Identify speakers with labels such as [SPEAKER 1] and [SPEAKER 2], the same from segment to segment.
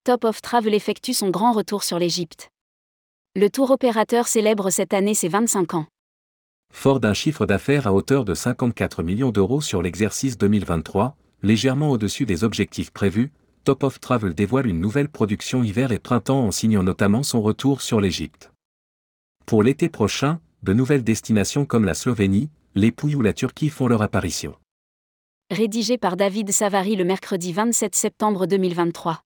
[SPEAKER 1] Top of Travel effectue son grand retour sur l'Égypte. Le tour opérateur célèbre cette année ses 25 ans.
[SPEAKER 2] Fort d'un chiffre d'affaires à hauteur de 54 millions d'euros sur l'exercice 2023, légèrement au-dessus des objectifs prévus, Top of Travel dévoile une nouvelle production hiver et printemps en signant notamment son retour sur l'Égypte. Pour l'été prochain, de nouvelles destinations comme la Slovénie, les Pouilles ou la Turquie font leur apparition.
[SPEAKER 1] Rédigé par David Savary le mercredi 27 septembre 2023.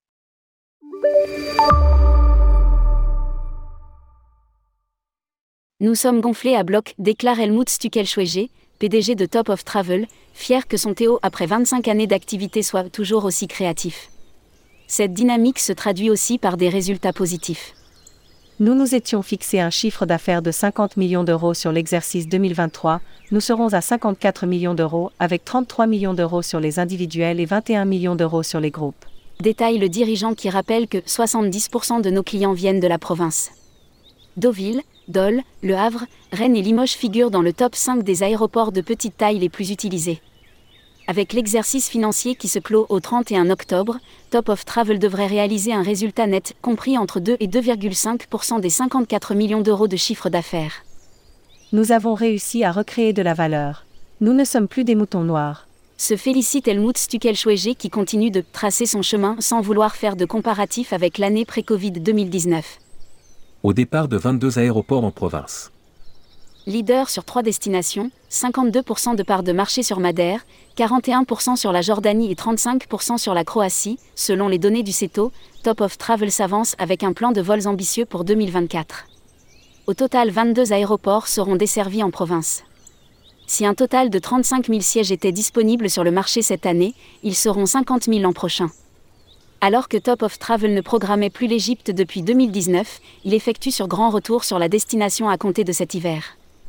[SPEAKER 1] Nous sommes gonflés à bloc, déclare Helmut Stuckelschwege, PDG de Top of Travel, fier que son Théo après 25 années d'activité soit toujours aussi créatif. Cette dynamique se traduit aussi par des résultats positifs.
[SPEAKER 3] Nous nous étions fixé un chiffre d'affaires de 50 millions d'euros sur l'exercice 2023, nous serons à 54 millions d'euros avec 33 millions d'euros sur les individuels et 21 millions d'euros sur les groupes.
[SPEAKER 1] Détaille le dirigeant qui rappelle que 70% de nos clients viennent de la province. Deauville, Dole, Le Havre, Rennes et Limoges figurent dans le top 5 des aéroports de petite taille les plus utilisés. Avec l'exercice financier qui se clôt au 31 octobre, Top of Travel devrait réaliser un résultat net compris entre 2 et 2,5% des 54 millions d'euros de chiffre d'affaires.
[SPEAKER 3] Nous avons réussi à recréer de la valeur. Nous ne sommes plus des moutons noirs.
[SPEAKER 1] Se félicite Helmut Stuckelschwege qui continue de tracer son chemin sans vouloir faire de comparatif avec l'année pré-Covid 2019.
[SPEAKER 2] Au départ de 22 aéroports en province.
[SPEAKER 1] Leader sur 3 destinations, 52% de part de marché sur Madère, 41% sur la Jordanie et 35% sur la Croatie, selon les données du CETO, Top of Travel s'avance avec un plan de vols ambitieux pour 2024. Au total 22 aéroports seront desservis en province. Si un total de 35 000 sièges étaient disponibles sur le marché cette année, ils seront 50 000 l'an prochain. Alors que Top of Travel ne programmait plus l'Égypte depuis 2019, il effectue sur grand retour sur la destination à compter de cet hiver.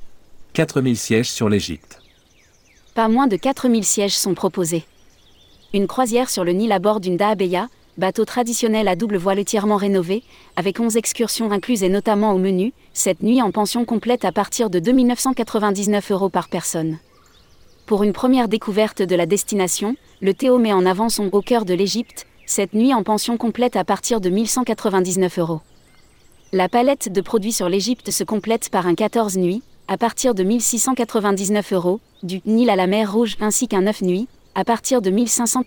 [SPEAKER 2] 4000 sièges sur l'Égypte.
[SPEAKER 1] Pas moins de 4000 sièges sont proposés. Une croisière sur le Nil à bord d'une Daabeya, bateau traditionnel à double voile entièrement rénové, avec 11 excursions incluses et notamment au menu, cette nuit en pension complète à partir de 2 999 € par personne. Pour une première découverte de la destination, le Théo met en avant son Au cœur de l'Égypte, cette nuit en pension complète à partir de 1 199 €. La palette de produits sur l'Égypte se complète par un 14 nuits, à partir de 1 699 €, du Nil à la mer Rouge ainsi qu'un 9 nuits, à partir de 1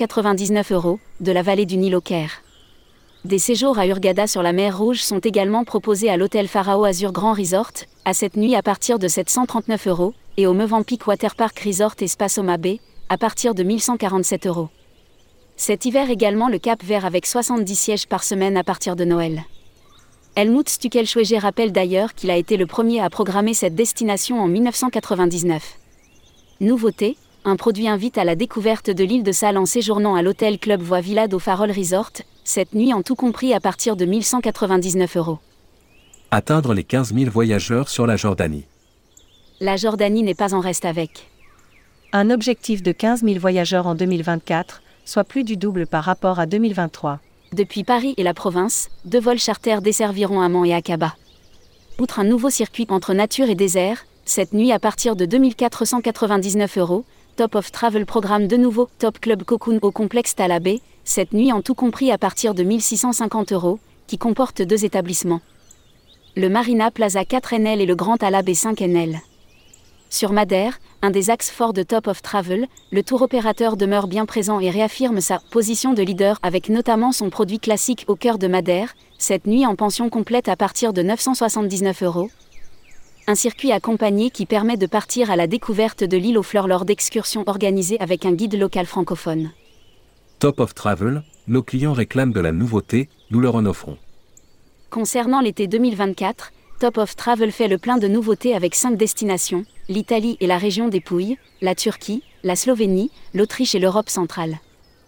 [SPEAKER 1] 599 €, de la vallée du Nil au Caire. Des séjours à Hurghada sur la mer Rouge sont également proposés à l'hôtel Pharao Azur Grand Resort, à cette nuit à partir de 739 €, et au Mövenpick Waterpark Resort et Spa Soma Bay, à partir de 1 147 €. Cet hiver également le Cap Vert avec 70 sièges par semaine à partir de Noël. Helmut Stuckelschwege rappelle d'ailleurs qu'il a été le premier à programmer cette destination en 1999. Nouveauté, un produit invite à la découverte de l'île de Sal en séjournant à l'hôtel Club Voie Villa d'Au Farol Resort, cette nuit en tout compris à partir de 1 199 €.
[SPEAKER 2] Atteindre les 15 000 voyageurs sur la Jordanie.
[SPEAKER 1] La Jordanie n'est pas en reste avec.
[SPEAKER 3] Un objectif de 15 000 voyageurs en 2024, soit plus du double par rapport à 2023.
[SPEAKER 1] Depuis Paris et la province, 2 vols charters desserviront Amman et Aqaba. Outre un nouveau circuit entre nature et désert, cette nuit à partir de 2 499 €, Top of Travel programme de nouveau Top Club Cocoon au complexe Talabé, cette nuit en tout compris à partir de 1 650 €, qui comporte 2 établissements. Le Marina Plaza 4NL et le Grand Talabé 5NL. Sur Madère, un des axes forts de Top of Travel, le tour opérateur demeure bien présent et réaffirme sa position de leader avec notamment son produit classique au cœur de Madère, cette nuit en pension complète à partir de 979 €. Un circuit accompagné qui permet de partir à la découverte de l'île aux fleurs lors d'excursions organisées avec un guide local francophone.
[SPEAKER 2] Top of Travel, nos clients réclament de la nouveauté, nous leur en offrons.
[SPEAKER 1] Concernant l'été 2024, Top of Travel fait le plein de nouveautés avec 5 destinations, l'Italie et la région des Pouilles, la Turquie, la Slovénie, l'Autriche et l'Europe centrale.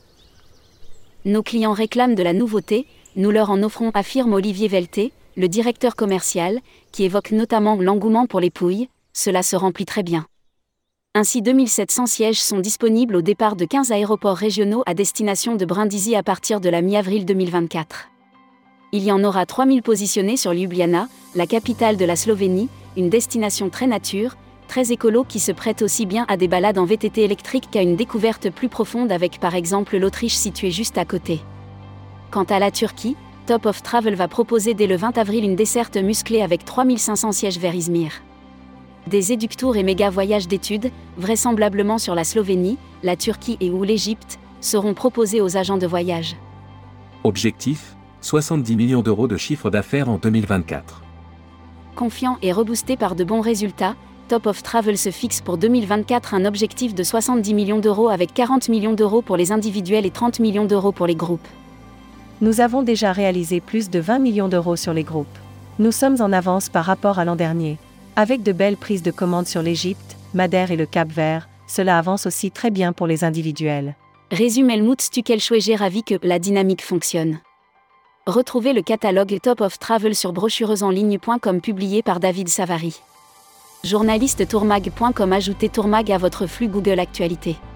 [SPEAKER 1] Nos clients réclament de la nouveauté, nous leur en offrons, affirme Olivier Velté, le directeur commercial, qui évoque notamment l'engouement pour les Pouilles, cela se remplit très bien. Ainsi 2700 sièges sont disponibles au départ de 15 aéroports régionaux à destination de Brindisi à partir de la mi-avril 2024. Il y en aura 3000 positionnés sur Ljubljana, la capitale de la Slovénie, une destination très nature, très écolo qui se prête aussi bien à des balades en VTT électrique qu'à une découverte plus profonde avec par exemple l'Autriche située juste à côté. Quant à la Turquie, Top of Travel va proposer dès le 20 avril une desserte musclée avec 3500 sièges vers Izmir. Des éductours et méga voyages d'études, vraisemblablement sur la Slovénie, la Turquie et ou l'Égypte, seront proposés aux agents de voyage.
[SPEAKER 2] Objectif, 70 millions d'euros de chiffre d'affaires en 2024.
[SPEAKER 1] Confiant et reboosté par de bons résultats, Top of Travel se fixe pour 2024 un objectif de 70 millions d'euros avec 40 millions d'euros pour les individuels et 30 millions d'euros pour les groupes.
[SPEAKER 3] Nous avons déjà réalisé plus de 20 millions d'euros sur les groupes. Nous sommes en avance par rapport à l'an dernier. Avec de belles prises de commandes sur l'Égypte, Madère et le Cap-Vert, cela avance aussi très bien pour les individuels.
[SPEAKER 1] Résume Helmut Stuckelschweger ravi que la dynamique fonctionne. Retrouvez le catalogue Top of Travel sur brochuresenligne.com publié par David Savary. Journaliste tourmag.com. Ajoutez Tourmag à votre flux Google Actualité.